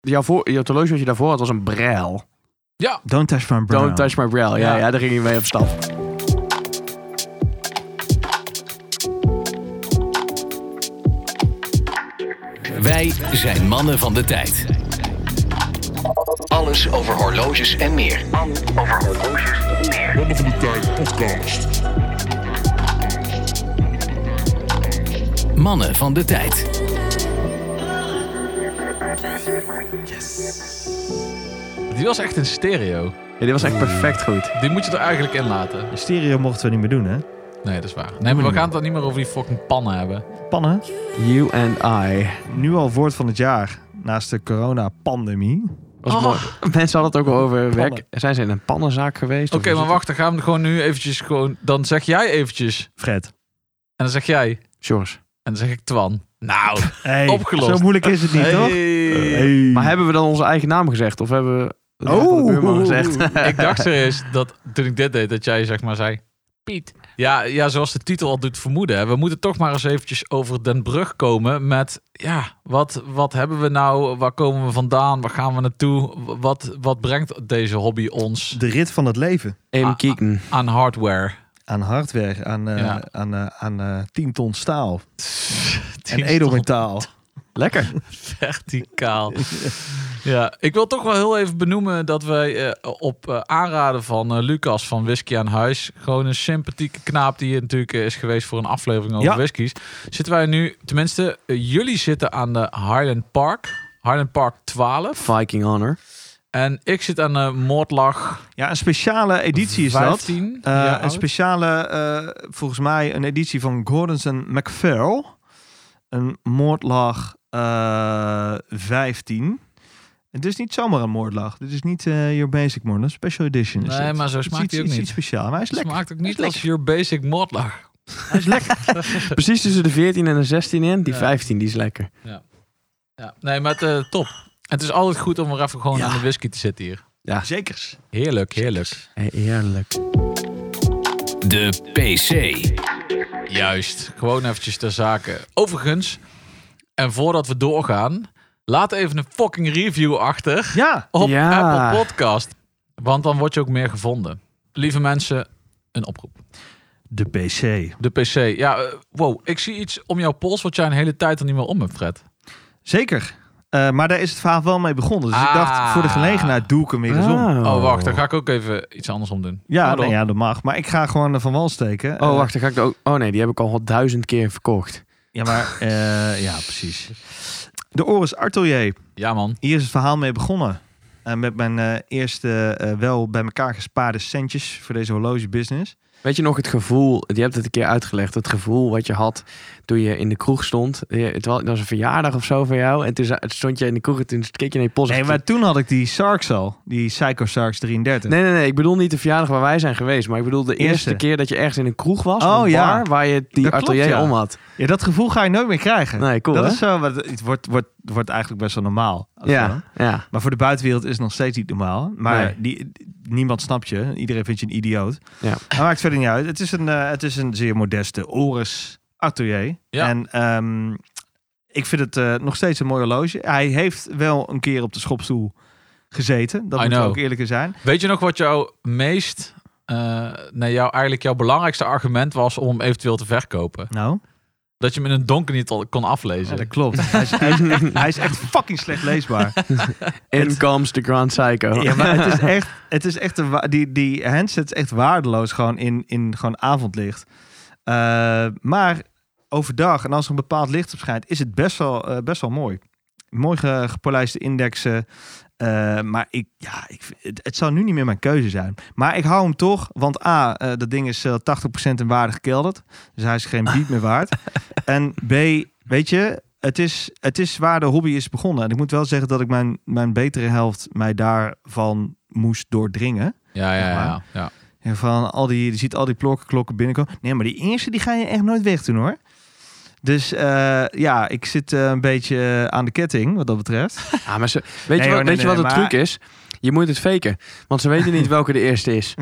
Het horloge wat je daarvoor had was een Braille. Ja. Don't touch my Braille. Don't touch my Braille. Ja, daar ging je mee op stap. Wij zijn mannen van de tijd. Alles over horloges en meer. Mannen van de Tijd podcast. Mannen van de tijd. Die was echt in stereo. Ja, die was echt perfect goed. Die moet je er eigenlijk in laten. De stereo mochten we niet meer doen, hè? Nee, dat is waar. Nee, maar we gaan het dan niet meer over die fucking pannen hebben. Pannen. You and I. Nu al woord van het jaar. Naast de coronapandemie. Was mooi. Mensen hadden het ook al over Pannen. werk. Zijn ze in een pannenzaak geweest? Oké, Of maar wacht. Dan gaan we gewoon nu eventjes gewoon... Dan zeg jij eventjes. Fred. En dan zeg jij. Sjors. En dan zeg ik Twan. Nou, Hey, opgelost. Zo moeilijk is het niet, Hey. toch? Hey. Maar hebben we dan onze eigen naam gezegd? Of hebben we de buurman gezegd? Ik dacht serieus dat toen ik dit deed, dat jij zeg maar zei... Piet. Ja, zoals de titel al doet vermoeden. Hè. We moeten toch maar eens eventjes over Den Brug komen met... Ja, wat hebben we nou? Waar komen we vandaan? Waar gaan we naartoe? Wat brengt deze hobby ons De rit van het leven. Even kijken. aan hardware? Aan hardware. Aan 10 ton staal. 10 En edelmetaal. Lekker. Verticaal. Ja, ik wil toch wel heel even benoemen dat wij op aanraden van Lucas van Whisky aan Huis, gewoon een sympathieke knaap die hier natuurlijk is geweest voor een aflevering over whiskies, zitten wij nu, tenminste, jullie zitten aan de Highland Park 12. Viking Honor. En ik zit aan de Moordlag. Ja, een speciale editie is 15 dat. jaar Een oud. speciale, volgens mij, een editie van Gordons en MacPhail. Een Moordlag 15. Het is niet zomaar een Moordlag. Dit is niet your basic Moordlag. Special edition is Nee, dit. maar zo Het is smaakt hij ook iets niet. speciaal. Maar hij is Het lekker. smaakt ook niet Hij is als your basic Moordlag. Hij is lekker. Precies tussen de 14 en de 16 in. Die Ja. 15, die is lekker. Ja, nee, maar top. Het is altijd goed om er even gewoon aan de whisky te zitten hier. Ja, Zekers. Heerlijk. heerlijk. De PC. Juist, gewoon eventjes ter zake. Overigens, en voordat we doorgaan, laat even een fucking review achter Ja. op Ja. Apple Podcast. Want dan word je ook meer gevonden. Lieve mensen, een oproep. De PC. De PC. Ja, wow, ik zie iets om jouw pols wat jij een hele tijd er niet meer om hebt, Fred. Zeker. Maar daar is het verhaal wel mee begonnen. Dus ik dacht, voor de gelegenheid doe ik hem weer eens om. Oh, wacht, dan ga ik ook even iets anders om doen. Ja, Nou, dan. nee, ja, dat mag. Maar ik ga gewoon van wal steken. Oh, wacht, dan ga ik er ook... Oh nee, die heb ik al 1000 keer verkocht. Ja, maar... ja, precies. De Oris Atelier. Ja, man. Hier is het verhaal mee begonnen. Met mijn eerste wel bij elkaar gespaarde centjes voor deze horlogebusiness. Weet je nog het gevoel, je hebt het een keer uitgelegd, het gevoel wat je had toen je in de kroeg stond. Het was een verjaardag of zo van jou en toen stond je in de kroeg en toen keek je naar je post. Nee, maar toen had ik die Sarks al. Die Psycho Sarks 33. Nee, ik bedoel niet de verjaardag waar wij zijn geweest, maar ik bedoel de eerste Eerste. keer dat je ergens in een kroeg was, Oh, een ja. bar, waar je die Dat klopt, atelier ja. om had. Ja, dat gevoel ga je nooit meer krijgen. Nee, cool dat hè? is zo, want het wordt eigenlijk best wel normaal. Ja. Maar voor de buitenwereld is het nog steeds niet normaal. Maar Nee. niemand snapt je. Iedereen vindt je een idioot. Ja. Dat maakt verder niet uit. Het is een zeer modeste Oris Atelier. Ja. En ik vind het nog steeds een mooi horloge. Hij heeft wel een keer op de schopstoel gezeten. Dat moet know. ook eerlijk zijn. Weet je nog wat jouw meest... eigenlijk jouw belangrijkste argument was om hem eventueel te verkopen? Nou, Dat je hem in een donker niet al kon aflezen. ja, dat klopt. Hij is echt fucking slecht leesbaar. In comes the Grand Psycho. Ja, maar het is echt die handset is echt waardeloos gewoon in gewoon avondlicht. Maar overdag en als er een bepaald licht op schijnt, is het best wel mooi. Mooi gepolijste indexen. Maar het zou nu niet meer mijn keuze zijn. Maar ik hou hem toch, want dat ding is 80% in waarde gekelderd. Dus hij is geen biet meer waard. En B, weet je, het is waar de hobby is begonnen. En ik moet wel zeggen dat ik mijn betere helft mij daarvan moest doordringen. Ja. En van je ziet al die klokken binnenkomen. Nee, maar die eerste die ga je echt nooit wegdoen hoor. Dus ik zit een beetje aan de ketting wat dat betreft. Ah, maar weet je wat de truc is? Je moet het faken, want ze weten niet welke de eerste is.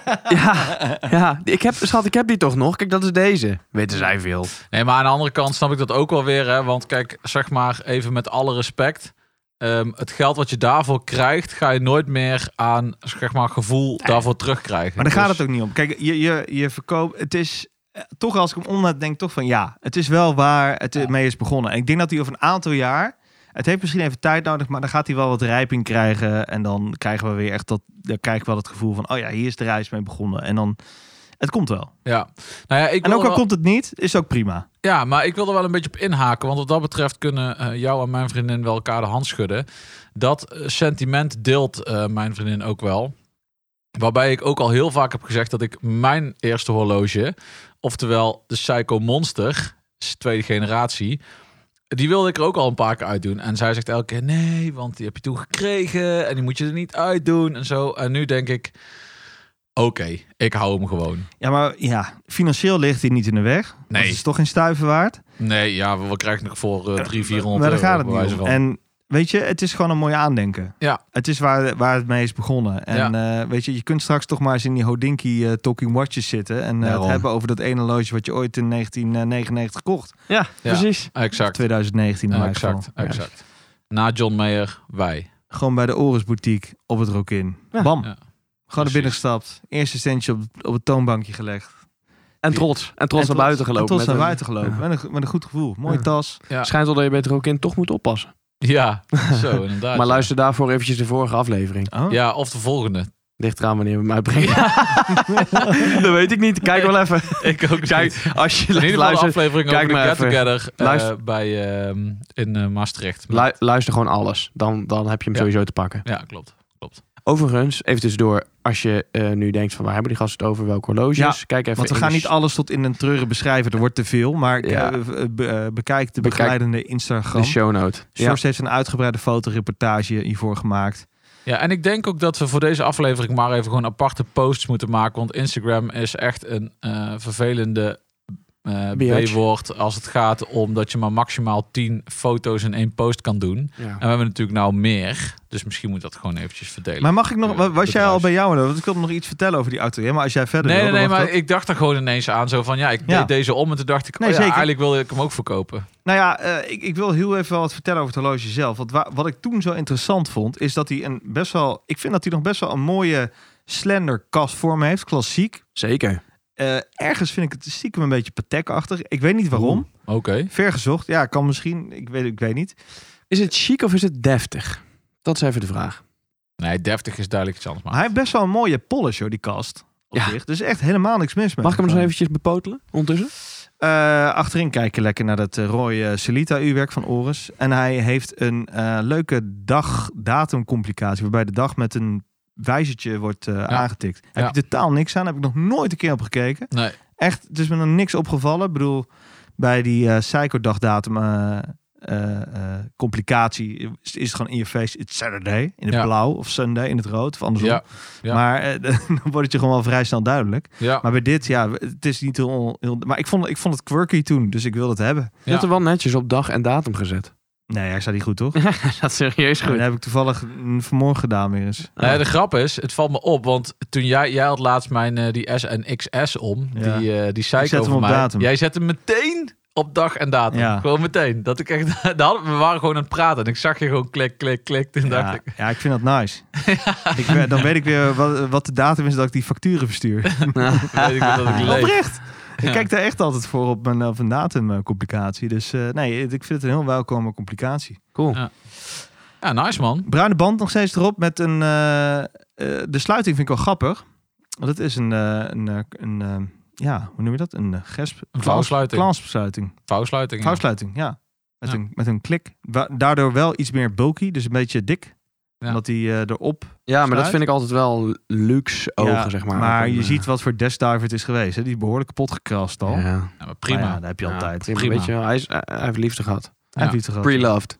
ja, ik heb die toch nog. Kijk, dat is deze. Weten zij veel. Nee, maar aan de andere kant snap ik dat ook wel weer. Hè? Want kijk, zeg maar even met alle respect. het geld wat je daarvoor krijgt, ga je nooit meer aan, zeg maar, gevoel daarvoor terugkrijgen. Maar daar gaat het ook niet om. Kijk, je verkoopt... Het is toch, als ik hem omlaat, denk ik toch van ja, het is wel waar het mee is begonnen. En ik denk dat hij over een aantal jaar... Het heeft misschien even tijd nodig, maar dan gaat hij wel wat rijping krijgen. En dan krijgen we weer echt dan krijg ik wel het gevoel van, oh ja, hier is de reis mee begonnen. En dan, het komt wel. Ja. Nou ja, en ook al komt het niet, is ook prima. Ja, maar ik wil er wel een beetje op inhaken. Want wat dat betreft kunnen jou en mijn vriendin wel elkaar de hand schudden. Dat sentiment deelt mijn vriendin ook wel. Waarbij ik ook al heel vaak heb gezegd dat ik mijn eerste horloge, oftewel de Seiko Monster, tweede generatie, die wilde ik er ook al een paar keer uitdoen. En zij zegt elke keer, nee, want die heb je toen gekregen en die moet je er niet uitdoen en zo. En nu denk ik, oké, ik hou hem gewoon. Ja, maar ja, financieel ligt hij niet in de weg. Nee. Het is toch geen stuiver waard? Nee, ja, we krijgen nog voor 300-400 maar daar gaat het euro. niet om. En weet je, het is gewoon een mooi aandenken. Ja. Het is waar het mee is begonnen. En weet je kunt straks toch maar eens in die Hodinkee Talking Watches zitten. En het hebben over dat ene horloge wat je ooit in 1999 kocht. Ja, precies. Exact. 2019 in exact. Na John Mayer, wij. Gewoon bij de Oris Boutique op het Rokin. Ja. Bam. Ja. Gewoon naar binnen gestapt. Eerste centje op het toonbankje gelegd. En trots naar buiten gelopen. Met een goed gevoel. Mooie tas. Ja. Schijnt wel dat je bij het Rokin toch moet oppassen. Ja, zo inderdaad. Maar luister daarvoor eventjes de vorige aflevering. Oh. Ja, of de volgende. Ligt eraan wanneer we hem uitbrengen. Dat weet ik niet. Kijk wel even. Ik ook. Kijk, als je in ieder geval de aflevering kijk over de Get Together bij in Maastricht. Luister gewoon alles. Dan heb je hem sowieso te pakken. Ja, klopt. Overigens, even tussendoor, als je nu denkt van waar hebben die gasten het over, welke horloges? Ja, kijk even. Want we gaan niet alles tot in een treuren beschrijven. Er wordt te veel, maar bekijk de begeleidende Instagram. De shownote. Sjors heeft een uitgebreide fotoreportage hiervoor gemaakt. Ja, en ik denk ook dat we voor deze aflevering maar even gewoon aparte posts moeten maken. Want Instagram is echt een vervelende B-woord als het gaat om dat je maar maximaal 10 foto's in 1 post kan doen. Ja. En we hebben natuurlijk nou meer. Dus misschien moet dat gewoon eventjes verdelen. Maar mag ik nog, was jij al bij jou? Want ik wilde nog iets vertellen over die auto. Maar als jij verder wil, Nee, maar ik dacht er gewoon ineens aan. Zo van, ik deed deze om. En toen dacht ik, eigenlijk wilde ik hem ook verkopen. Nou ja, ik wil heel even wat vertellen over het horloge zelf. Want wat ik toen zo interessant vond, is dat hij ik vind dat hij nog best wel een mooie slender kastvorm heeft. Klassiek. Zeker. Ergens vind ik het stiekem een beetje Patek-achtig. Ik weet niet waarom. Oké. Vergezocht. Ja, kan misschien. Ik weet niet. Is het chic of is het deftig? Dat is even de vraag. Nee, deftig is duidelijk iets anders. Maar hij heeft best wel een mooie polish, hoor, die kast. Op zich. Dus echt helemaal niks mis met. Mag ik hem eens eventjes bepotelen ondertussen? Achterin kijken lekker naar dat Roy Celita-uurwerk van Oris. En hij heeft een leuke dag-datum-complicatie. Waarbij de dag met een wijzertje wordt aangetikt. Heb je totaal niks aan. Heb ik nog nooit een keer op gekeken. Nee. Echt, het is me nog niks opgevallen. Ik bedoel, bij die Seiko-dagdatum complicatie is het gewoon in je face. It's Saturday in het blauw of Sunday in het rood of andersom. Ja. Ja. Maar dan wordt het je gewoon wel vrij snel duidelijk. Ja. Maar bij dit, het is niet heel... Maar ik vond het quirky toen, dus ik wilde het hebben. Je had er wel netjes op dag en datum gezet. Nee, hij staat niet goed, toch? Dat is serieus goed. Dat heb ik toevallig vanmorgen gedaan weer eens. De grap is, het valt me op, want toen jij had laatst mijn die S en XS om, die Seiko van mij. Datum. Jij zet hem meteen op dag en datum. Ja. Gewoon meteen. Dat ik echt, we waren gewoon aan het praten en ik zag je gewoon klik. Toen dacht ik. Ja, ik vind dat nice. Dan weet ik weer wat de datum is dat ik die facturen verstuur. Weet ik dat ik leef. Oprecht. Ik kijk daar echt altijd voor op een datumcomplicatie. Dus nee, ik vind het een heel welkome complicatie. Cool. Ja, nice man. Bruine band nog steeds erop met een... de sluiting vind ik wel grappig. Want het is hoe noem je dat? Een vouwsluiting. Glansbesluiting. Vouwsluiting, ja. Met een klik. Daardoor wel iets meer bulky, dus een beetje dik. Ja. Omdat hij erop Ja, maar dat vind ik altijd wel luxe ogen, zeg maar. Maar je ziet wat voor dashdiver het is geweest. Hè? Die is behoorlijk kapot gekrast al. Ja, maar prima. Maar dat heb je altijd. Prima. Weet je, hij heeft liefde gehad. Hij heeft liefde gehad. Pre-loved.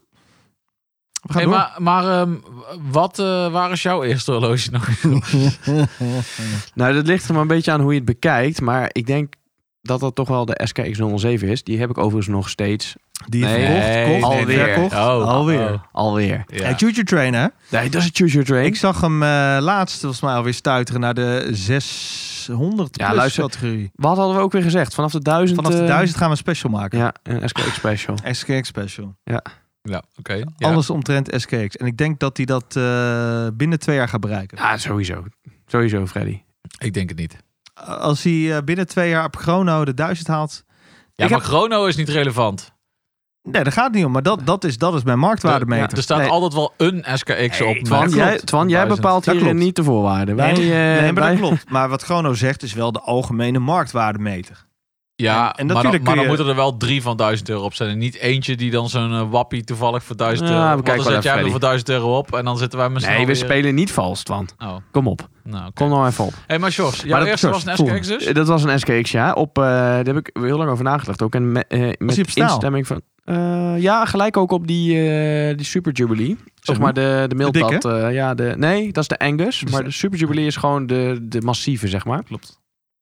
Waar is jouw eerste horloge nog? Nou, dat ligt er maar een beetje aan hoe je het bekijkt. Maar ik denk dat dat toch wel de SKX007 is. Die heb ik overigens nog steeds. Die verkocht? Alweer. Alweer. Ja. Choo-choo train, hè? Nee, dat is een choo-choo train. Ik zag hem laatst, volgens mij alweer stuiteren naar de 600 plus categorie. Wat hadden we ook weer gezegd? Vanaf de 1000... Vanaf de 1000 gaan we een special maken. Ja, een SKX special. SKX special. Ja. Ja, oké. Ja. Alles omtrent SKX. En ik denk dat hij dat binnen 2 jaar gaat bereiken. Ja, sowieso. Sowieso, Freddy. Ik denk het niet. Als hij binnen 2 jaar op chrono de 1000 haalt... Ja, maar chrono is niet relevant. Nee, daar gaat het niet om. Maar dat is mijn marktwaardemeter. Er staat altijd wel een SKX op. Twan, jij bepaalt Dat hier klopt. niet de voorwaarden. Nee, maar dat klopt. Maar wat chrono zegt is wel de algemene marktwaardemeter. Ja, en maar natuurlijk dan kun je- moeten er wel 3 van 1000 euro op zijn. En niet eentje die dan zo'n wappie toevallig voor 1000 Ja, euro... we Want kijken dan wel zet jij even, hem voor 1000 euro op en dan zitten wij met z'n Nee, we allen spelen niet vals, Twan. Oh, Kom op. nou, oké. Kom nou even op. Hey, maar Sjors, jouw Maar dat- eerste was een Sjors, SKX dus? Dat was een SKX, ja. Daar heb ik heel lang over nagedacht ook. En met hij op staal? instemming van... ja, gelijk ook op die Super Jubilee. Zeg maar de Miltat. dikke? Nee, dat is de Angus. Maar de Super Jubilee is gewoon de massieve, zeg maar. Klopt.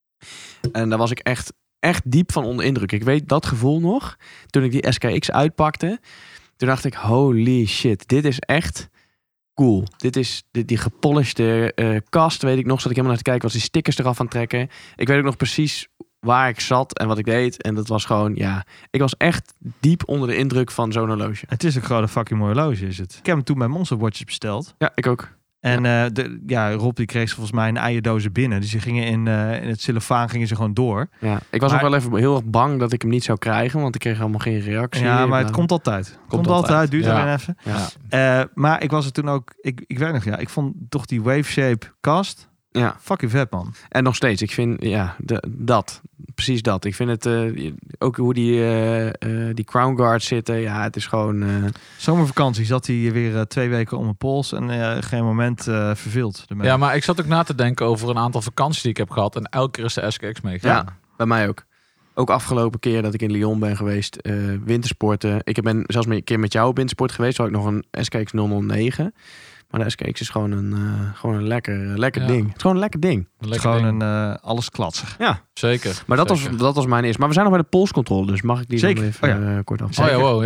En daar was ik echt diep van onder indruk. Ik weet dat gevoel nog. Toen ik die SKX uitpakte. Toen dacht ik, holy shit. Dit is echt cool. Dit is die gepolishede kast. Weet ik nog. Zat ik helemaal naar te kijken. Was die stickers eraf aan het trekken. Ik weet ook nog precies waar ik zat en wat ik deed. En dat was gewoon, ja. Ik was echt diep onder de indruk van zo'n horloge. Het is ook gewoon een fucking mooi horloge, is het. Ik heb hem toen bij Monster Watches besteld. Ja, ik ook. En Rob die kreeg ze volgens mij een eierdozen binnen. Dus die gingen in het cellofaan gingen ze gewoon door. Ja, ik was Maar- nog wel even heel erg bang dat ik hem niet zou krijgen. Want ik kreeg helemaal geen reactie. Ja, maar het komt altijd. Komt altijd. Duurt Ja. alleen even. Ja. Maar ik was er toen ook... Ik weet nog, ja. Ik vond toch die wave shape kast Ja. fucking vet, man. En nog steeds, ik vind, ja, precies dat. Ik vind het, ook hoe die crown guards zitten, ja, het is gewoon... Zomervakantie zat hij weer 2 weken om mijn pols en geen moment verveeld ermee. Ja, maar ik zat ook na te denken over een aantal vakanties die ik heb gehad. En elke keer is de SKX meegegaan. Ja, bij mij ook. Ook afgelopen keer dat ik in Lyon ben geweest, wintersporten. Ik ben zelfs een keer met jou op wintersport geweest, had ik nog een SKX 009. Maar de SKX is gewoon een lekker Ja. ding. Het is gewoon een lekker ding. Het is gewoon een alles klatser. Ja, Zeker. maar Zeker. dat was mijn eerste. Maar we zijn nog bij de polscontrole, dus mag ik die Zeker. dan even Oh kort over Oh zeggen? ja, wow,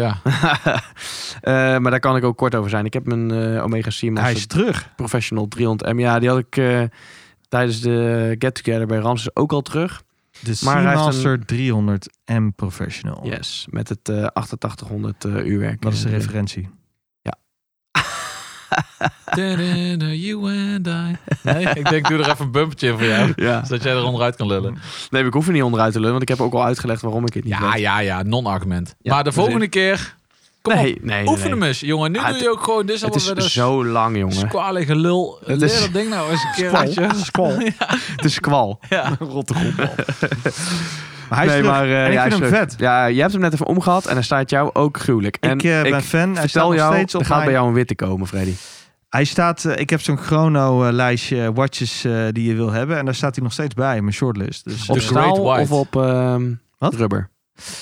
ja. Maar daar kan ik ook kort over zijn. Ik heb mijn Omega Hij Seamaster is terug. Professional 300M. Ja, die had ik tijdens de get-together bij Ramses ook al terug. De Maar hij heeft Seamaster 300M Professional. Yes, met het 8800 uurwerk. Wat is de referentie? You and I. Nee, ik denk, doe er even een bumpertje in voor jou. Ja. Zodat jij er onderuit kan lullen. Nee, ik hoef er niet onderuit te lullen, want ik heb ook al uitgelegd waarom ik het niet weet. Ja, non-argument. Ja, maar de dus volgende keer... Kom Nee, op, nee. oefen hem eens. Jongen, nu Ja, doe je ook gewoon... Dit is Het allemaal is weer zo lang, een jongen. squalige lul. Het Leer is- dat ding nou eens een keer uit je. Squal. Het is kwal. Ja. Rotte grondbal. Maar hij is Nee, terug. maar, en ik ja, vind hij hem is vet. terug. Ja, je hebt hem net even omgehad en hij staat jou ook gruwelijk. En Ik ben fan. Hij staat vertel nog jou, steeds op er gaat bij mijn... jou een witte komen, Freddy. Hij staat... ik heb zo'n chrono-lijstje watches die je wil hebben. En daar staat hij nog steeds bij, mijn shortlist. Dus, Op The Great staal White. of op Wat? rubber?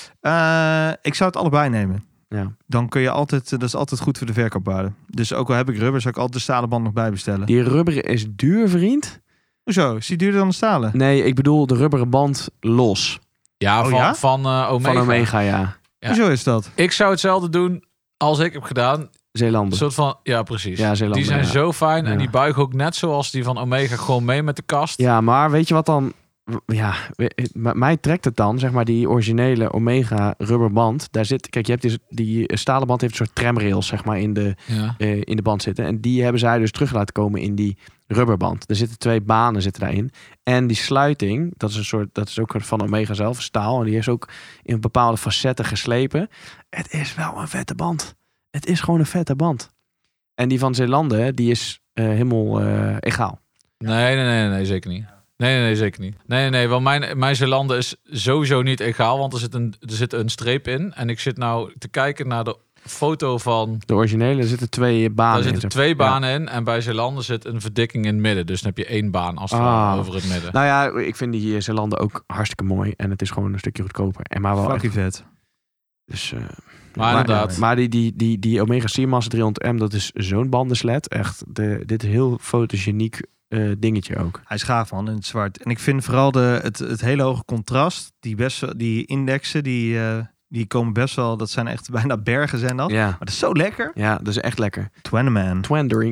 ik zou het allebei nemen. Ja. Dan kun je altijd... dat is altijd goed voor de verkoopwaarde. Dus ook al heb ik rubber, zou ik altijd de stalen band nog bij bestellen. Die rubberen is duur, vriend. Hoezo? Is die duurder dan de stalen? Nee, ik bedoel de rubberen band los. Ja, Oh, van, ja? van Omega. Van Omega, ja. Ja. Hoezo is dat? Ik zou hetzelfde doen als ik heb gedaan. Een Zeelanden. soort van... Ja, precies. Ja, Zeelanden, die zijn ja. zo fijn. En Ja. die buigen ook net zoals die van Omega gewoon mee met de kast. Ja, maar weet je wat dan... Ja, mij trekt het dan, zeg maar, die originele Omega rubberband. Daar zit, kijk, je hebt die stalen band heeft een soort tramrails, zeg maar, in de band zitten. En die hebben zij dus terug laten komen in die rubberband. Er zitten 2 banen daarin. En die sluiting, dat is ook van Omega zelf, staal. En die is ook in bepaalde facetten geslepen. Het is wel een vette band. Het is gewoon een vette band. En die van Zeelanden, die is helemaal egaal. Nee, zeker niet. Nee, zeker niet. Nee, want mijn Zeelanden is sowieso niet egaal, want er zit een streep in. En ik zit nou te kijken naar de foto van... De originele, er zitten 2 banen Daar in. zitten 2 banen in en bij Zeelanden zit een verdikking in het midden. Dus dan heb je 1 baan als het ware over het midden. Nou ja, ik vind die Zeelanden ook hartstikke mooi. En het is gewoon een stukje goedkoper. En maar wel Fucking vet. Dus, Maar inderdaad. Maar die Omega Seamaster 300M, dat is zo'n bandenslet. Echt, dit is heel fotogeniek dingetje ook. Hij is gaaf, man, in het zwart. En ik vind vooral het hele hoge contrast. Die indexen, die komen best wel... Dat zijn echt bijna bergen, zijn dat. Ja. Maar dat is zo lekker. Ja, dat is echt lekker. Twenneman. Twandering.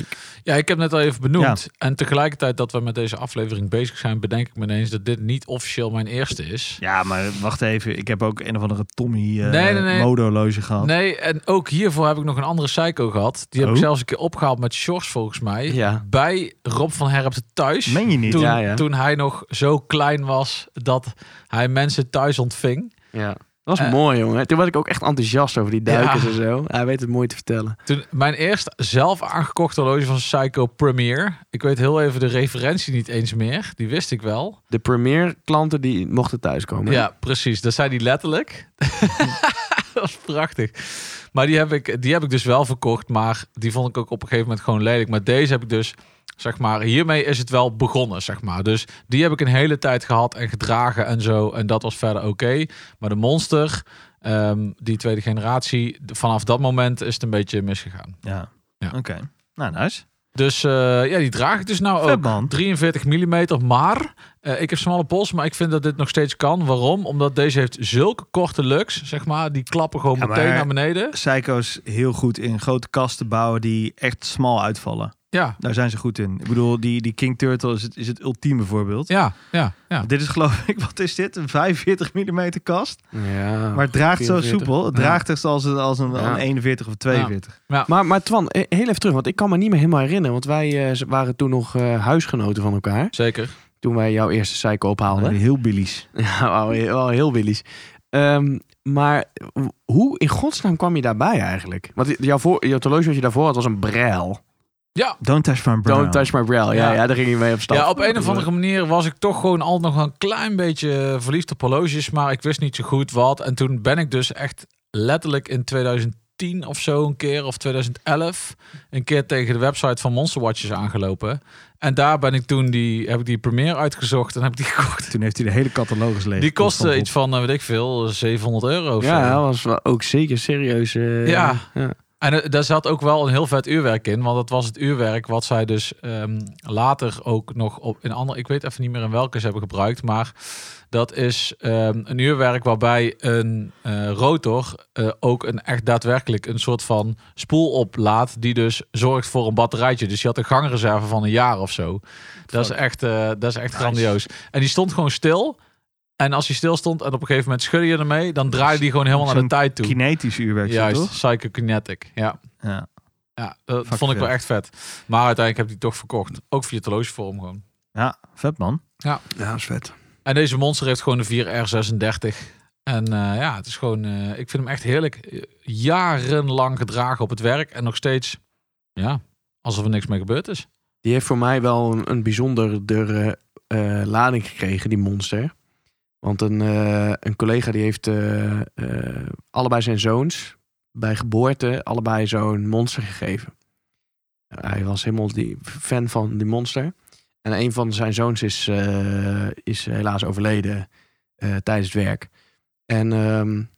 Ja, ik heb net al even benoemd. Ja. En tegelijkertijd dat we met deze aflevering bezig zijn, bedenk ik me ineens dat dit niet officieel mijn eerste is. Ja, maar wacht even. Ik heb ook een of andere Tommy Modo-horloge gehad. Nee, en ook hiervoor heb ik nog een andere Seiko gehad. Die heb ik zelfs een keer opgehaald met Sjors volgens mij. Ja. Bij Rob van Herpten thuis. Meen je niet? Toen hij nog zo klein was dat hij mensen thuis ontving. Ja. Dat was mooi, jongen. Toen was ik ook echt enthousiast over die duikers en zo. Hij weet het mooi te vertellen. Toen mijn eerst zelf aangekochte horloge van Seiko Premier. Ik weet heel even de referentie niet eens meer. Die wist ik wel. De Premier klanten die mochten thuiskomen. Ja, precies. Dat zei die letterlijk. Dat was prachtig. Maar die heb ik dus wel verkocht. Maar die vond ik ook op een gegeven moment gewoon lelijk. Maar deze heb ik dus... Zeg maar, hiermee is het wel begonnen, zeg maar. Dus die heb ik een hele tijd gehad en gedragen en zo. En dat was verder oké. Maar de Monster, die tweede generatie, vanaf dat moment is het een beetje misgegaan. Ja. Oké. Nou, nice. Dus die draag ik dus nou ook. Man. 43 mm, maar ik heb smalle pols, maar ik vind dat dit nog steeds kan. Waarom? Omdat deze heeft zulke korte lugs, zeg maar. Die klappen gewoon meteen naar beneden. Seiko's heel goed in grote kasten bouwen die echt smal uitvallen. Ja. Daar zijn ze goed in. Ik bedoel, die King Turtle is het ultieme voorbeeld. Ja. Dit is geloof ik, wat is dit? Een 45 mm kast? Ja. Maar het draagt 44. Zo soepel. Het draagt echt als een 41 of 42. Ja. Maar Twan, heel even terug, want ik kan me niet meer helemaal herinneren. Want wij waren toen nog huisgenoten van elkaar. Zeker. Toen wij jouw eerste Seiko ophaalden. Heel billies. Ja, wel heel billies. Maar hoe in godsnaam kwam je daarbij eigenlijk? Want jouw horloge wat je daarvoor had was een Braille. Ja. Don't touch my Braille. Don't touch my Braille. Ja, daar ging je mee op stap. Ja, op een of andere manier was ik toch gewoon al nog een klein beetje verliefd op horloges, maar ik wist niet zo goed wat. En toen ben ik dus echt letterlijk in 2010 of zo een keer, of 2011, een keer tegen de website van Monster Watches aangelopen. En daar ben ik toen heb ik die Premier uitgezocht en heb ik die gekocht. Toen heeft hij de hele catalogus leeg. Die kostte iets van, weet ik veel, €700 of zo. Ja, dat was wel ook zeker serieus. Ja. En daar zat ook wel een heel vet uurwerk in. Want dat was het uurwerk wat zij dus later ook nog in andere... Ik weet even niet meer in welke ze hebben gebruikt. Maar dat is een uurwerk waarbij een rotor ook echt daadwerkelijk een soort van spoel oplaadt. Die dus zorgt voor een batterijtje. Dus je had een gangreserve van een jaar of zo. Dat is echt nice. Grandioos. En die stond gewoon stil. En als hij stil stond en op een gegeven moment schudde je ermee, dan draaide die gewoon helemaal naar de tijd toe. Kinetisch uurwerk, juist, toch? Psychokinetic, ja. Dat vond ik wel echt vet. Maar uiteindelijk heb ik die toch verkocht. Ook via het horlogeforum gewoon. Ja, vet man. Ja, dat is vet. En deze Monster heeft gewoon de 4R36. En het is gewoon... ik vind hem echt heerlijk. Jarenlang gedragen op het werk. En nog steeds, alsof er niks mee gebeurd is. Die heeft voor mij wel een bijzondere lading gekregen, die Monster. Want een collega die heeft allebei zijn zoons bij geboorte allebei zo'n Monster gegeven. Hij was helemaal die fan van die Monster. En een van zijn zoons is helaas overleden tijdens het werk. En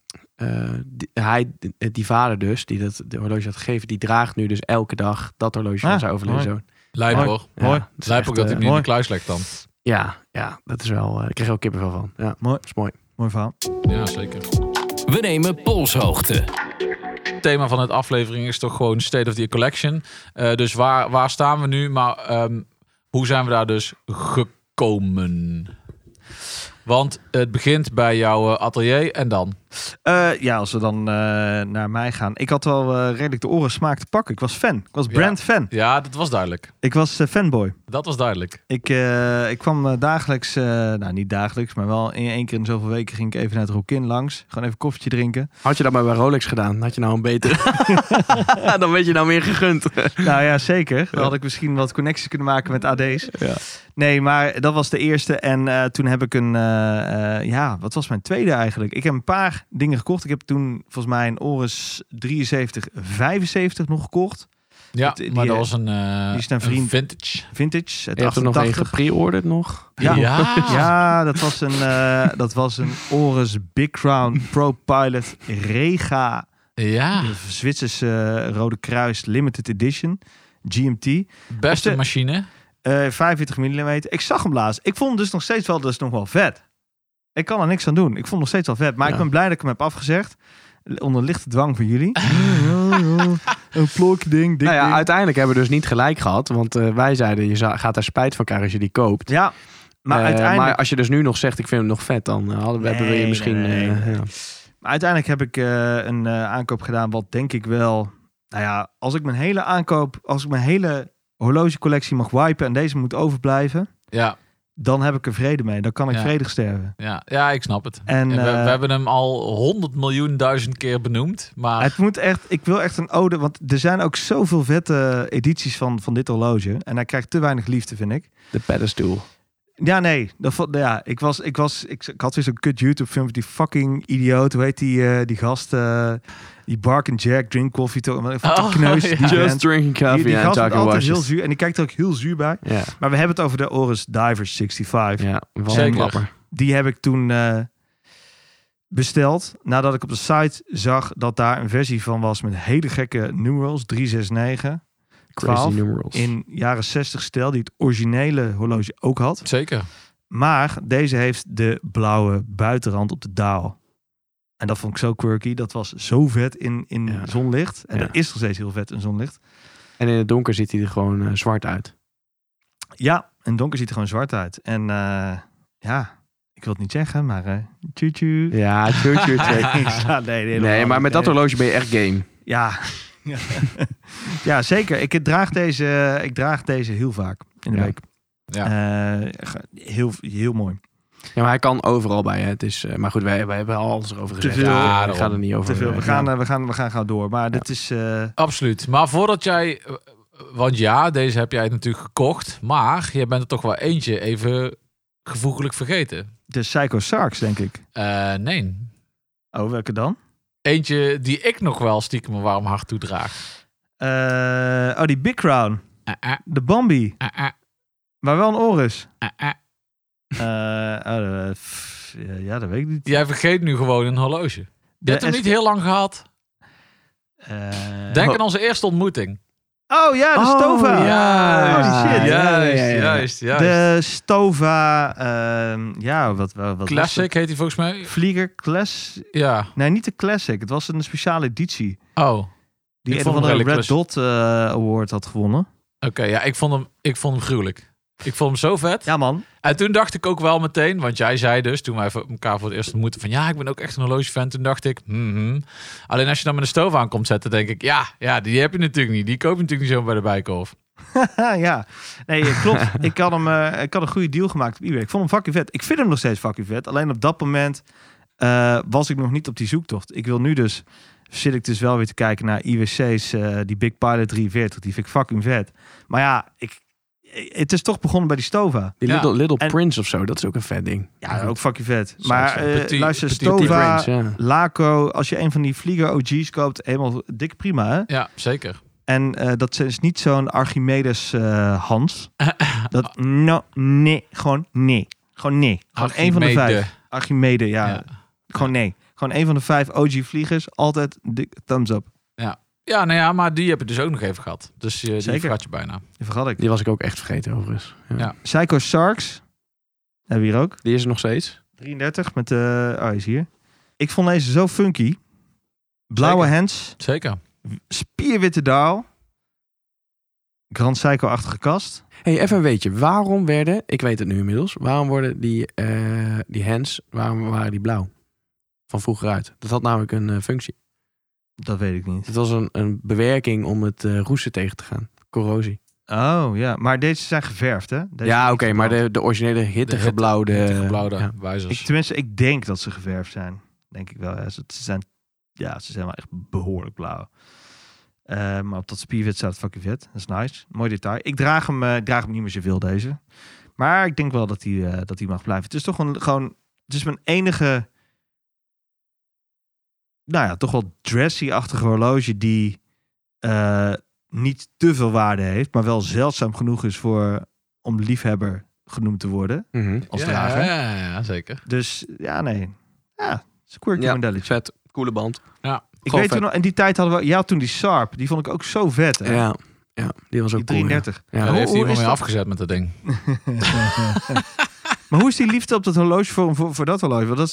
die vader dus, die de horloge had gegeven, die draagt nu dus elke dag dat horloge van zijn overleden zoon. Lijp hoor. Mooi. Lijp ook dat hij hem niet in de kluis legt dan. Ja, dat is wel... ik kreeg er ook kippenvel van. Ja, mooi. Dat is mooi. Mooi verhaal. Ja, zeker. We nemen polshoogte. Het thema van het aflevering is toch gewoon State of the Collection. Dus waar staan we nu? Maar hoe zijn we daar dus gekomen? Want het begint bij jouw atelier en dan? Als we dan naar mij gaan. Ik had wel redelijk de oren smaak te pakken. Ik was fan. Ik was brand fan. Ja, dat was duidelijk. Ik was fanboy. Dat was duidelijk. Ik kwam dagelijks, niet dagelijks, maar wel één keer in zoveel weken ging ik even naar het Rokin langs. Gewoon even koffietje drinken. Had je dat maar bij Rolex gedaan? Had je nou een betere... Dan werd je nou meer gegund. Nou ja, zeker. Dan had ik misschien wat connecties kunnen maken met AD's. Ja. Nee, maar dat was de eerste. En toen heb ik wat was mijn tweede eigenlijk? Ik heb een paar dingen gekocht. Ik heb toen volgens mij een Oris 7375 nog gekocht. Ja, maar dat was een vriend, vintage. Vintage. Je hebt er nog een gepreorderd nog? Ja, dat was een Oris Big Crown Pro Pilot Rega. Ja. Zwitserse Rode Kruis Limited Edition. GMT. Beste machine. 45 mm. Ik zag hem laatst. Ik vond hem dus nog steeds wel vet. Ik kan er niks aan doen. Ik vond hem nog steeds wel vet. Maar ik ben blij dat ik hem heb afgezegd. onder lichte dwang van jullie. Een plokje ding. Nou ja, ding. uiteindelijk hebben we dus niet gelijk gehad. Want wij zeiden, je gaat er spijt van krijgen als je die koopt. Ja, maar uiteindelijk... Maar als je dus nu nog zegt, ik vind hem nog vet, dan hebben we je misschien... Nee. Ja. Maar uiteindelijk heb ik een aankoop gedaan wat denk ik wel... Nou ja, als ik mijn hele horlogecollectie mag wipen en deze moet overblijven... Ja. Dan heb ik er vrede mee. Dan kan ik vredig sterven. Ja, ik snap het. En we hebben hem al 100 miljoen duizend keer benoemd. Maar... Het moet echt... Ik wil echt een ode... Want er zijn ook zoveel vette edities van dit horloge. En hij krijgt te weinig liefde, vind ik. De pedestal. Ja, nee. Ik had weer zo'n kut YouTube film met die fucking idioot. Hoe heet die gast? Die Bark and Jack, drink coffee. Kneus. Ja. Just drinking coffee die and gast wordt talking altijd heel watches. zuur. En die kijkt er ook heel zuur bij. Ja, Maar we hebben het over de Oris Divers 65. ja, wel Zeker. een klapper. Die heb ik toen besteld. Nadat ik op de site zag dat daar een versie van was met hele gekke numerals. 369. Crazy 12 numerals. in jaren 60 stijl, die het originele horloge ook had. Zeker. Maar deze heeft de blauwe buitenrand op de dial. En dat vond ik zo quirky. Dat was zo vet in zonlicht. En dat is nog steeds heel vet in zonlicht. En in het donker ziet hij er gewoon zwart uit. Ja, en donker ziet er gewoon zwart uit. En ik wil het niet zeggen, maar tju-tju. Ja, nee, maar met dat horloge ben je echt game. Ja. Ja, zeker. Ik draag deze heel vaak in de week. Ja. Heel mooi. Ja, maar hij kan overal bij. Hè. Het is, maar goed, wij hebben alles erover gezegd. veel. Ja, ik ga er niet over. Te veel. We gaan gauw door. Maar dit is... Absoluut. Maar voordat jij... Want ja, deze heb jij natuurlijk gekocht. Maar je bent er toch wel eentje even gevoeglijk vergeten. De Seiko Sarks, denk ik. Nee. Oh, welke dan? Eentje die ik nog wel stiekem een warm hart toedraag. Die Big Crown. De Bambi. Maar wel een Oris. Ja, dat weet ik niet. Jij vergeet nu gewoon een horloge. Je hebt hem niet heel lang gehad. Denk aan onze eerste ontmoeting. Oh ja, de Stova. Juist. De Stova. Wat Classic heet hij volgens mij. Vlieger Classic. Ja. Nee, niet de Classic. Het was een speciale editie. Oh. Die een van de Red Dot Award had gewonnen. Oké, ja, ik vond hem gruwelijk. Ik vond hem zo vet. Ja, man. En toen dacht ik ook wel meteen, want jij zei dus, toen wij elkaar voor het eerst ontmoetten, van ja, ik ben ook echt een horlogefan. Toen dacht ik, Alleen als je dan met een Stova aan komt zetten, denk ik, ja, die heb je natuurlijk niet. Die koop je natuurlijk niet zo bij de Bijenkorf. Ja, nee, klopt. Ik had een goede deal gemaakt op eBay. Ik vond hem fucking vet. Ik vind hem nog steeds fucking vet. Alleen op dat moment was ik nog niet op die zoektocht. Zit ik dus wel weer te kijken naar IWC's, die Big Pilot 43. Die vind ik fucking vet. Maar ja, het is toch begonnen bij die Stova. Die Little Prince of zo, dat is ook een vet ding. Ja, ook fucking vet. Zo, Maar luister, Stova, Prince, Laco, als je een van die Vlieger OG's koopt, helemaal dik prima, hè? Ja, zeker. En dat is niet zo'n Archimedes Hans. Gewoon nee. Gewoon een van de 5. Archimede, ja. Gewoon nee. Gewoon een van de 5 OG vliegers. Altijd dik thumbs up. Ja, nou ja, maar die heb je dus ook nog even gehad. Dus die Zeker. vergat je bijna. Die vergat ik. Die was ik ook echt vergeten overigens. Ja. Seiko Sarks. Hebben we hier ook. Die is er nog steeds. 33 met de... hij is hier. Ik vond deze zo funky. Blauwe hands. Zeker. Spierwitte daal. Grand Seiko-achtige kast. Hey, even een weetje. Waarom werden, ik weet het nu inmiddels, waarom worden die hands, waarom waren die blauw? Van vroeger uit. Dat had namelijk een functie. Dat weet ik niet. Het was een bewerking om het roesten tegen te gaan. Corrosie. Oh ja, maar deze zijn geverfd, hè? Deze Ja, zijn oké, niet maar geblauwd. de originele hittige blauwde. Ja. wijzers. Tenminste, ik denk dat ze geverfd zijn. Denk ik wel. Ja. Ze zijn wel echt behoorlijk blauw. Maar op dat spierwit staat het fucking vet. Dat is nice. Mooi detail. Ik draag hem niet meer zoveel, deze. Maar ik denk wel dat hij mag blijven. Het is toch gewoon... Het is mijn enige... Nou ja, toch wel dressy-achtige horloge die niet te veel waarde heeft, maar wel zeldzaam genoeg is om liefhebber genoemd te worden als drager. Ja, zeker. Dus ja, nee. Ja, het is een quirky modelletje. Vet. Coole band. Ja. Ik weet toen nog, in die tijd hadden we... Ja, toen die Sarp, die vond ik ook zo vet. Hè? Ja, die was ook Die 33. cool. Ja, Ja. die heeft Hoe iemand is mee dat? afgezet met dat ding. Maar hoe is die liefde op dat horloge voor dat horloge? Want dat is...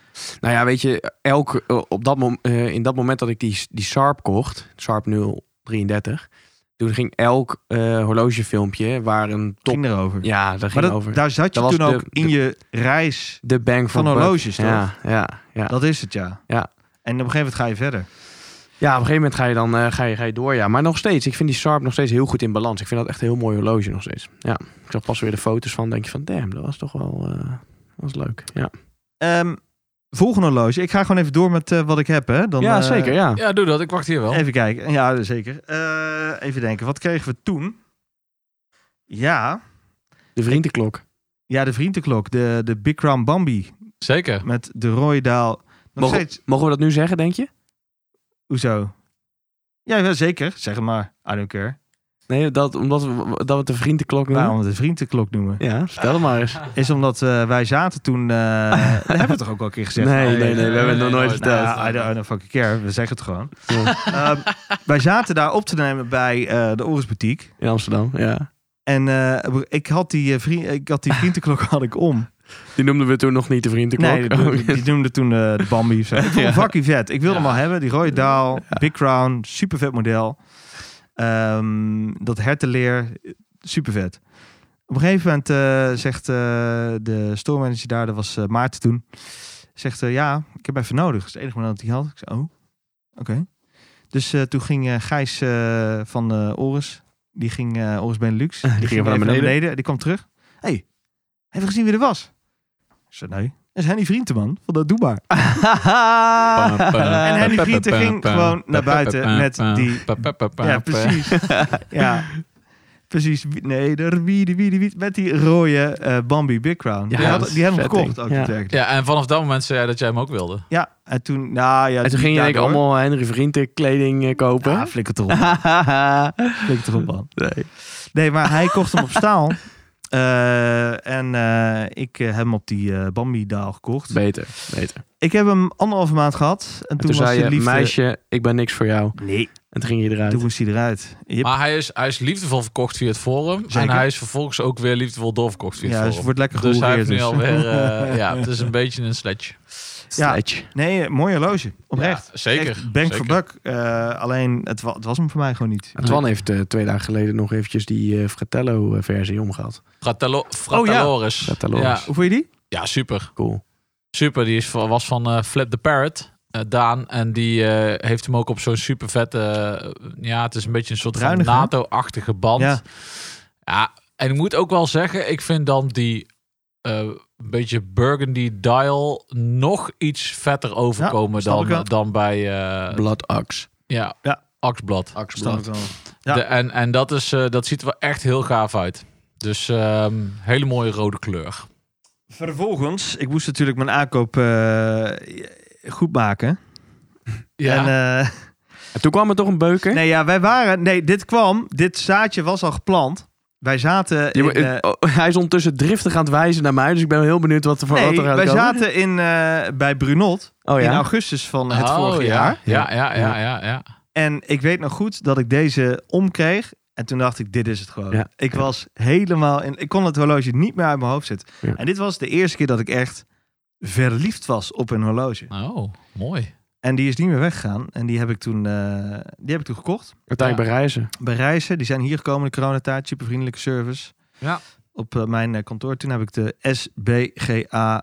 Nou ja, weet je, in dat moment dat ik die Sharp kocht, Sharp 033, toen ging elk horlogefilmpje waar een top... Ging erover. Ja, daar ging over. Daar zat je Dat toen was ook in je reis de bang van for buck. horloges, toch? Ja. Dat is het, ja. Ja. En op een gegeven moment ga je verder. Ja, op een gegeven moment ga je dan ga je door, ja. Maar nog steeds, ik vind die Sharp nog steeds heel goed in balans. Ik vind dat echt een heel mooi horloge nog steeds. Ja, ik zag pas weer de foto's van, denk je van, damn, dat was toch wel was leuk. Ja. Volgende horloge. Ik ga gewoon even door met wat ik heb, hè. Dan, Ja, zeker, ja. Ja, doe dat. Ik wacht hier wel. Even kijken. Ja, zeker. Even denken. Wat kregen we toen? Ja. De vriendenklok. Ja, de vriendenklok. De Big Crown Bambi. Zeker. Met de Roydaal. Nog steeds. Mogen we dat nu zeggen, denk je? Hoezo? Ja, zeker. Zeg het maar. I don't care. Nee, omdat we het de vriendenklok noemen? Waarom we het de vriendenklok noemen? Ja, vertel het maar eens. Is omdat wij zaten toen... dat hebben we toch ook al een keer gezegd? Nee, we hebben het nog nooit verteld. Nou, I don't fucking care. We zeggen het gewoon. Wij zaten daar op te nemen bij de Oris Boutique. In Amsterdam, ja. En ik had die vriendenklok had ik om. Die noemden we toen nog niet de vriendenklok. Nee, die noemde toen de Bambi of zo. Ik vond hem fucking vet. Ik wilde hem al hebben. Die Roydaal, Big Crown, super vet model. Dat hertenleer, super vet. Op een gegeven moment zegt de store manager daar, dat was Maarten toen, zegt ja, ik heb even nodig. Dat is het enige moment dat hij had. Ik zei, oké. Dus toen ging Gijs van Oris, die ging Oris Benelux. Die ging naar beneden. Die kwam terug. Hey, heb je gezien wie er was? Ik zei, nee. Dat is Henny Vrienteman van de Doe Maar. En Henny Vrienten ging gewoon naar buiten met die... Ja, precies. Ja, precies. Nee, wie met die rode Bambi Big Crown. Ja, die hebben we gekocht. Ook ja, en vanaf dat moment zei jij dat jij hem ook wilde. Ja, en toen... Nou, ja, en toen ging je eigenlijk allemaal Henry Vrienten kleding kopen. Ja, flikker erop. Flikker erop, man. Nee, maar hij kocht hem op staal. Ik heb hem op die Bambi-daal gekocht. Beter. Ik heb hem 1,5 maand gehad. En toen was zei je, liefde... meisje, ik ben niks voor jou. Nee. En toen ging je eruit. Toen moest hij eruit. Yep. Maar hij is liefdevol verkocht via het forum. Zeker. En hij is vervolgens ook weer liefdevol doorverkocht via het forum. Dus het wordt lekker dus hij heeft nu dus. alweer... het is een beetje een sledge. Ja, nee, mooi horloge. Oprecht. Ja, zeker. Echt bang for buck. Alleen, het was hem voor mij gewoon niet. Twan heeft 2 dagen geleden nog eventjes die Fratello-versie omgehad. Fratelloris. Ja. Hoe vond je die? Ja, super. Cool. Super, die was van Flip the Parrot, Daan. En die heeft hem ook op zo'n super vette... het is een beetje een soort van NATO-achtige band. Ja, en ik moet ook wel zeggen, ik vind dan die... een beetje burgundy dial nog iets vetter overkomen dan bij... Blood Axe. Ja. Axblad. Ja. En dat ziet er wel echt heel gaaf uit. Dus hele mooie rode kleur. Vervolgens, ik moest natuurlijk mijn aankoop goed maken. Ja. En toen kwam er toch een beuker? Dit zaadje was al geplant. Wij zaten hij is ondertussen driftig aan het wijzen naar mij, dus ik ben heel benieuwd wat er gaat komen. Wij zaten bij Brunot in augustus van het vorige jaar. Ja. En ik weet nog goed dat ik deze omkreeg. En toen dacht ik, dit is het gewoon. Ik was helemaal ik kon het horloge niet meer uit mijn hoofd zetten. Ja. En dit was de eerste keer dat ik echt verliefd was op een horloge. Oh, mooi. En die is niet meer weggegaan. En die heb ik toen gekocht. Uiteindelijk bij Reizen. Bij Reizen. Die zijn hier gekomen in de coronatijd. Super vriendelijke service. Ja. Op mijn kantoor. Toen heb ik de SBGA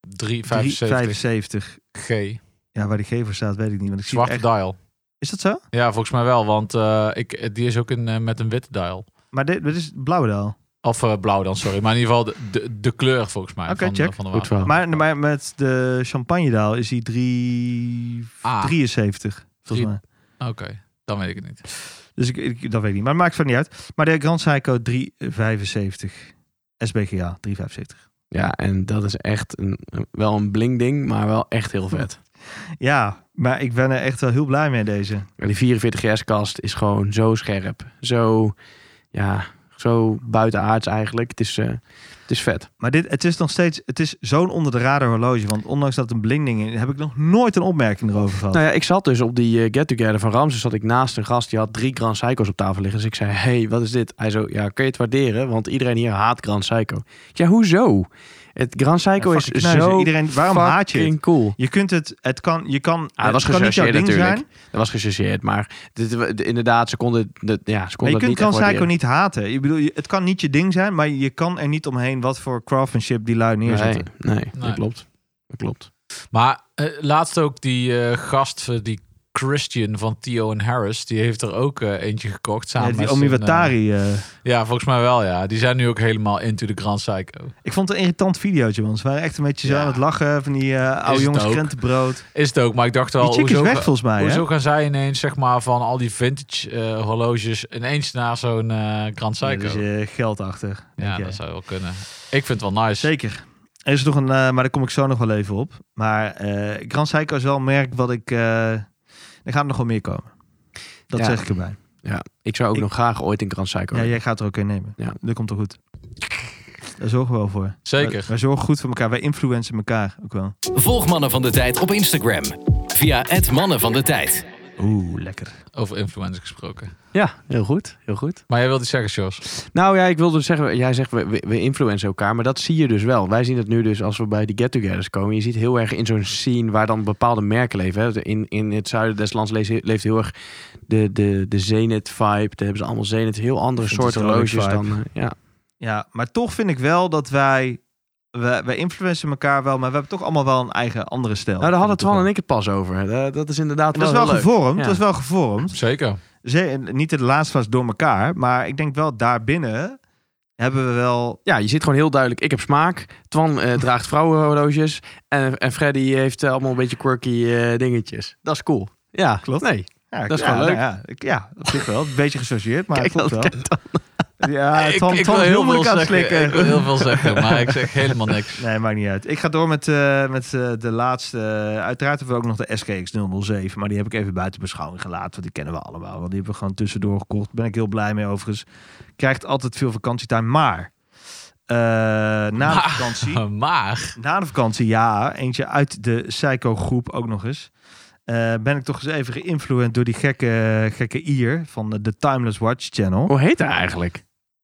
375 G. Ja, waar die G voor staat, weet ik niet. Want ik Zwarte zie dial. Is dat zo? Ja, volgens mij wel. Want die is ook met een witte dial. Maar dit is blauwe dial. Of blauw dan, sorry. Maar in ieder geval de kleur volgens mij. Oké, check. Van de wapen. Maar met de champagne daal is die 73. Volgens mij. Oké, dan weet ik het niet. Dus dat weet ik niet. Maar het maakt van niet uit. Maar de Grand Seiko 375. SBGA 375. Ja, en dat is echt wel een bling ding, maar wel echt heel vet. Ja, maar ik ben er echt wel heel blij mee deze. Ja, die 44S-kast is gewoon zo scherp. Zo buitenaards eigenlijk. Het is vet. Maar het is nog steeds... Het is zo'n onder de radar horloge. Want ondanks dat het een bling ding is, heb ik nog nooit een opmerking erover gehad. Nou ja, ik zat dus op die get-together van Ramses. Zat ik naast een gast die had 3 Grand Seiko's op tafel liggen. Dus ik zei, hey, wat is dit? Hij zo, ja, kun je het waarderen? Want iedereen hier haat Grand Seiko. Ja, hoezo? Het Grand Seiko is Fucking zo iedereen, waarom haat je het? cool. Je kunt het kan Dat was kan niet jouw gechargeerd ding natuurlijk. zijn. Dat was gechargeerd, maar inderdaad, ze konden Maar je dat kunt niet Grand echt Seiko waarderen. niet haten. Ik bedoel, het kan niet je ding zijn, maar je kan er niet omheen wat voor craftsmanship die lui neerzetten. Nee, Nee. dat klopt. Maar laatst ook die gast, die Christian van Theo en Harris, die heeft er ook eentje gekocht samen Ja, die met zijn, Omiwatari. ja, volgens mij wel, ja. Die zijn nu ook helemaal into de Grand Seiko. Ik vond het een irritant videootje, want ze waren echt een beetje zo Ja. aan het lachen van die oude het jongens ook. krentenbrood. Is het ook, maar ik dacht wel... Die chick is weg volgens mij, hè? Hoezo gaan zij ineens, zeg maar, van al die vintage horloges ineens naar zo'n Grand Seiko? Ja, er is geld achter. denk Ja, jij. dat zou wel kunnen. Ik vind het wel nice. Zeker. Er is nog een, maar daar kom ik zo nog wel even op. Maar Grand Seiko is wel een merk wat ik... er gaat nog wel meer komen. Dat Ja. zeg ik erbij. Ja, ik zou ook nog graag ooit een Grand Seiko Ja, jij gaat er ook een nemen. Ja. Dat komt er goed. Daar zorgen we wel voor. Zeker. Wij zorgen goed voor elkaar. Wij influencen elkaar ook wel. Volg Mannen van de Tijd op Instagram. Via @Mannen van de Tijd. Oeh, lekker. Over influencers gesproken. Ja, heel goed. Heel goed. Maar jij wilde iets zeggen, Jos? Nou ja, ik wilde zeggen, jij zegt we influencen elkaar, maar dat zie je dus wel. Wij zien het nu dus als we bij die get-togethers komen. Je ziet heel erg in zo'n scene waar dan bepaalde merken leven. Hè. In het zuiden des lands leeft heel erg de Zenith-vibe. Daar hebben ze allemaal Zenith, heel andere Ik vind het soort een leuke horloges vibe. dan... ja. Ja, maar toch vind ik wel dat wij influencen elkaar wel, maar we hebben toch allemaal wel een eigen andere stijl. Nou, daar hadden Toch Twan wel. en ik het pas over. Dat is inderdaad En dat is wel leuk. gevormd. Ja. Dat is wel gevormd. Zeker. Niet de laatste was door elkaar, maar ik denk wel daarbinnen hebben we wel... Ja, je ziet gewoon heel duidelijk, ik heb smaak. Twan draagt vrouwenhorloges. En Freddy heeft allemaal een beetje quirky dingetjes. Dat is cool. Ja, Klopt. Nee. Ja, Dat is gewoon leuk. Ja, op zich wel. Een beetje gesorgeerd, maar Kijk, het klopt dat wel. kent dan. Ja, Twan ik is heel moeilijk aan het zeggen. slikken. Ik wil heel veel zeggen, maar ik zeg helemaal niks. Nee, maakt niet uit. Ik ga door met de laatste. Uiteraard hebben we ook nog de SGX 007. Maar die heb ik even buiten beschouwing gelaten. Want die kennen we allemaal. Want die hebben we gewoon tussendoor gekocht. Daar ben ik heel blij mee overigens. Krijgt altijd veel vakantietijd. Maar na de vakantie... Maar... Na de vakantie, ja. Eentje uit de Seiko groep ook nog eens. Ben ik toch eens even geïnfluenced door die gekke Ier van de Timeless Watch Channel. Hoe heet hij eigenlijk?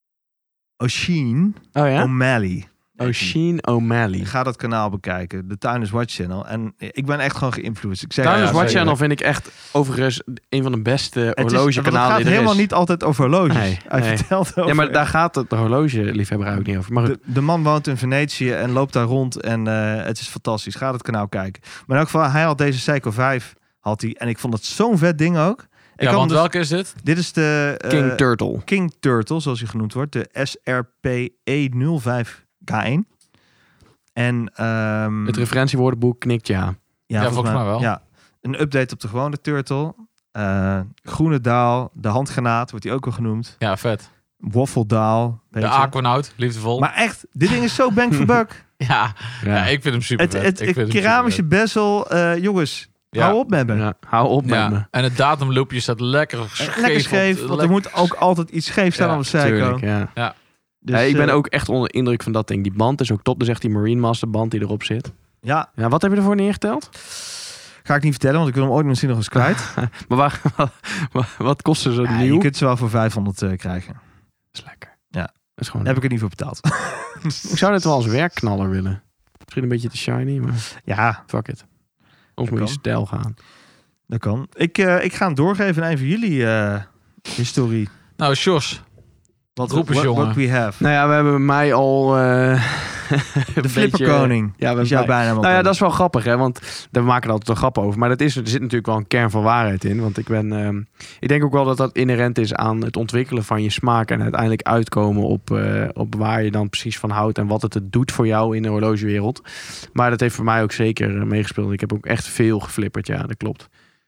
Oisin Oh ja? O'Malley. Oisin O'Malley. Ga dat kanaal bekijken, de Timeless Watch Channel. En ik ben echt gewoon geïnfluenced. Ik zeg, Timeless ja, Watch zeker. Channel vind ik echt overigens een van de beste het horlogekanalen gaat die er helemaal is. niet altijd over horloges. Nee, Hij nee. vertelt over... Ja, maar daar gaat het de horlogeliefhebber ook niet over. Maar goed. de man woont in Venetië en loopt daar rond en het is fantastisch. Ga het kanaal kijken. Maar in elk geval, hij had deze Seiko 5. Had hij, en ik vond het zo'n vet ding ook. Ik Ja, had want hem dus- welke is dit? Dit is de King Turtle. King Turtle, zoals hij genoemd wordt. De SRPE05K1. En Het referentiewoordenboek knikt ja. volgens mij wel. Ja, een update op de gewone Turtle. Groene daal, de handgranaat wordt hij ook wel genoemd. Ja, vet. Waffeldaal. weet De je. Aquanaut, liefdevol. Maar echt, dit ding is zo bang for buck. ja. Ja, ik vind hem super vet. Het keramische bezel, jongens, Ja. hou op met me. Ja, hou op met me. En het datumloopje staat lekker scheef. Lekker scheef, want er moet ook altijd iets scheef staan Ja, op de Seiko. Tuurlijk, ja. Ja. Dus, Ja, ik ben ook echt onder de indruk van dat ding. Die band is ook top. Dan zegt die Marine Master band die erop zit. Ja, Ja, wat heb je ervoor neergeteld? ga ik niet vertellen, want ik wil hem ooit misschien nog eens kwijt. Maar wat kostte ze Ja, nieuw? je kunt ze wel voor 500 krijgen. Dat is lekker. Ja. Dat is gewoon Daar heb ik er niet voor betaald. Ik zou dit wel als werkknaller willen. Misschien een beetje te shiny, maar Ja, fuck it. Ons moet kan. je stijl gaan. dat kan. Ik ga hem doorgeven aan een van jullie historie. Nou, Sjors. Roep eens, jongen. What we have. Nou ja, we hebben bij mij al... De flipperkoning. Ja, we is jouw hebben bijnaam. Nou ja, dat is wel grappig, hè? Want daar maken we altijd een grap over. Maar er zit natuurlijk wel een kern van waarheid in. Want ik denk ook wel dat dat inherent is aan het ontwikkelen van je smaak. En uiteindelijk uitkomen op waar je dan precies van houdt. En wat het doet voor jou in de horlogewereld. Maar dat heeft voor mij ook zeker meegespeeld. Ik heb ook echt veel geflipperd, ja, dat klopt.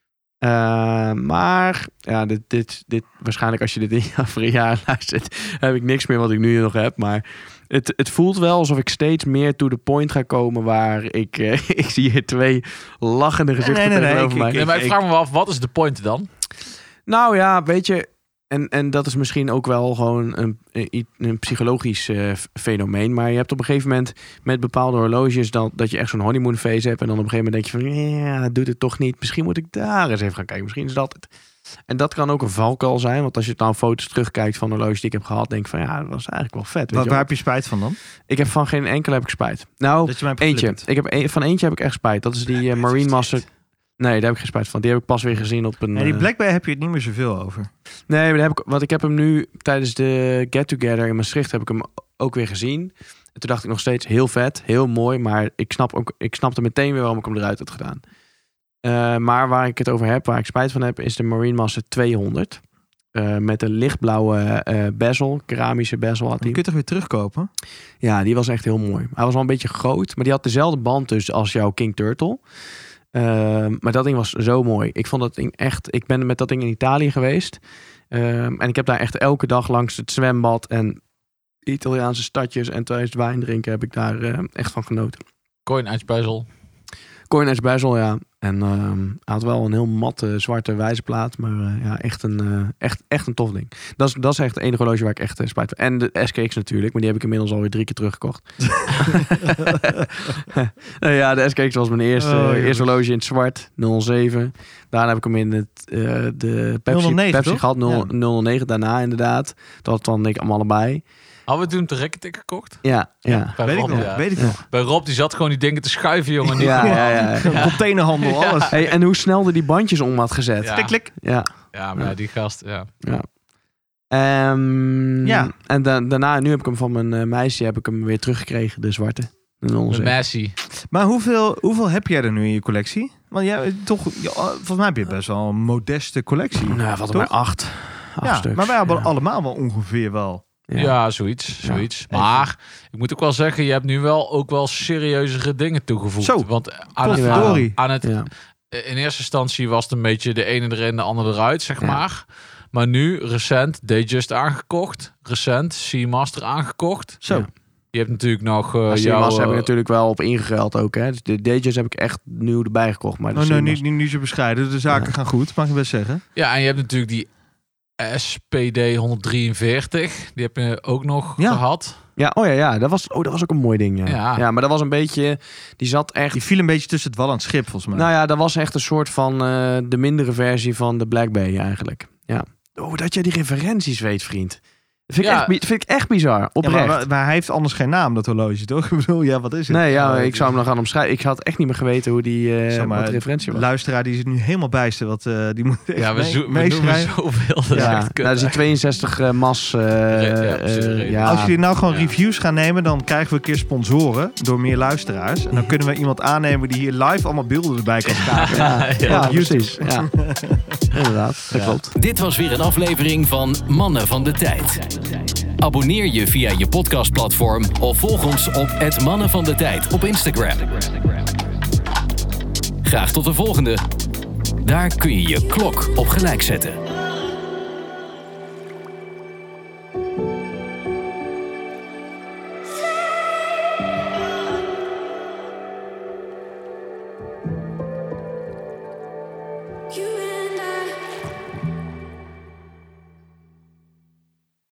Maar ja, dit waarschijnlijk als je dit over een jaar luistert, heb ik niks meer wat ik nu nog heb. Maar het voelt wel alsof ik steeds meer to the point ga komen waar ik zie hier twee lachende gezichten Nee, tegenover mij. Nee, maar ik vraag me wel af, wat is de point dan? Nou ja, weet je, en dat is misschien ook wel gewoon een psychologisch fenomeen. Maar je hebt op een gegeven moment met bepaalde horloges dat je echt zo'n honeymoon phase hebt. En dan op een gegeven moment denk je van, ja, doet het toch niet. Misschien moet ik daar eens even gaan kijken. Misschien is dat het. En dat kan ook een valkuil zijn. Want als je dan foto's terugkijkt van horloges die ik heb gehad, denk ik van ja, dat was eigenlijk wel vet. Weet je Waar heb je spijt van dan? Ik heb van geen enkele heb ik spijt. Nou, Dat je mij hebt eentje. geflipperd. Van eentje heb ik echt spijt. Dat is die Marine Master. Nee, daar heb ik geen spijt van. Die heb ik pas weer gezien op een... Nee, die Black Bay heb je het niet meer zoveel over. Nee, maar want ik heb hem nu tijdens de get-together in Maastricht heb ik hem ook weer gezien. En toen dacht ik nog steeds heel vet, heel mooi. Maar ik snapte meteen weer waarom ik hem eruit had gedaan. Maar waar ik het over heb, waar ik spijt van heb, is de Marine Master 200. Met een lichtblauwe bezel, keramische bezel had Die hij. kun je toch weer terugkopen? Ja, die was echt heel mooi. Hij was wel een beetje groot, maar die had dezelfde band dus als jouw King Turtle. Maar dat ding was zo mooi. Ik vond dat ding echt... Ik ben met dat ding in Italië geweest. En ik heb daar echt elke dag langs het zwembad en Italiaanse stadjes en tijdens het wijn drinken heb ik daar echt van genoten. Coin Edge bezel. Coin Edge bezel, ja. En hij had wel een heel matte zwarte wijzerplaat. Maar ja, echt een tof ding. Dat is echt het enige horloge waar ik echt spijt van. En de SKX natuurlijk, maar die heb ik inmiddels alweer 3 keer teruggekocht. Ja, de SKX was mijn eerste horloge in het zwart, 007. Daarna heb ik hem in de Pepsi 009 gehad, 009 daarna inderdaad. Dat dan denk ik allemaal allebei. Hadden we toen de Reckitek gekocht? Ja. Bij Weet Rob, ik nog, ja. weet ik nog. Bij Rob, die zat gewoon die dingen te schuiven, jongen. Ja. Containerhandel, alles. Hey, en hoe snel die bandjes om had gezet. Ja. Klik, klik. Ja, maar die gast, ja. Ja. Ja. En daarna, nu heb ik hem van mijn meisje heb ik hem weer teruggekregen, de zwarte. De 007. Messi. Maar hoeveel heb jij er nu in je collectie? Want jij toch, volgens mij heb je best wel een modeste collectie. Nou, wat er toch? maar 8 Ja, stuks. maar wij hebben Ja. allemaal wel ongeveer wel. Ja, zoiets. Maar ik moet ook wel zeggen, je hebt nu wel ook wel serieuzere dingen toegevoegd. Zo, Want potverdorie. aan het Ja. in eerste instantie was het een beetje de ene erin, de andere eruit, zeg maar. Maar nu, recent, Datejust aangekocht. Recent, Seamaster aangekocht. Zo. Ja. Je hebt natuurlijk nog Seamaster heb ik natuurlijk wel op ingegeld ook. Hè. Dus de DJ's heb ik echt nieuw erbij gekocht. Maar de Oh, nee, Seamaster- niet zo bescheiden. De zaken gaan goed, mag ik best zeggen. Ja, en je hebt natuurlijk die SPD 143. Die heb je ook nog Ja. gehad. Ja, dat was ook een mooi ding. Ja, maar dat was een beetje... Die zat echt... Die viel een beetje tussen het wal en het schip, volgens mij. Nou ja, dat was echt een soort van de mindere versie van de Black Bay eigenlijk. Ja. Oh, dat jij die referenties weet, vriend. Dat vind ik echt bizar. Ja, Oprecht. maar hij heeft anders geen naam, dat horloge, toch? Ik bedoel, ja, wat is het? Nee, ja, ik zou hem nog gaan omschrijven. Ik had echt niet meer geweten hoe die Zeg maar, wat de referentie was. Luisteraar die is nu helemaal bijster. Wat, die moet echt Ja, we noemen meeschrijven. zoveel. Dat is Ja, echt kut. nou, dat is die 62 mas. Als jullie nou gewoon reviews gaan nemen, dan krijgen we een keer sponsoren door meer luisteraars. En dan kunnen we iemand aannemen die hier live allemaal beelden erbij kan schaken. Ja, precies. Ja. Inderdaad, dat klopt. Dit was weer een aflevering van Mannen van de Tijd. Abonneer je via je podcastplatform of volg ons op @mannenvandetijd op Instagram. Graag tot de volgende. Daar kun je je klok op gelijk zetten.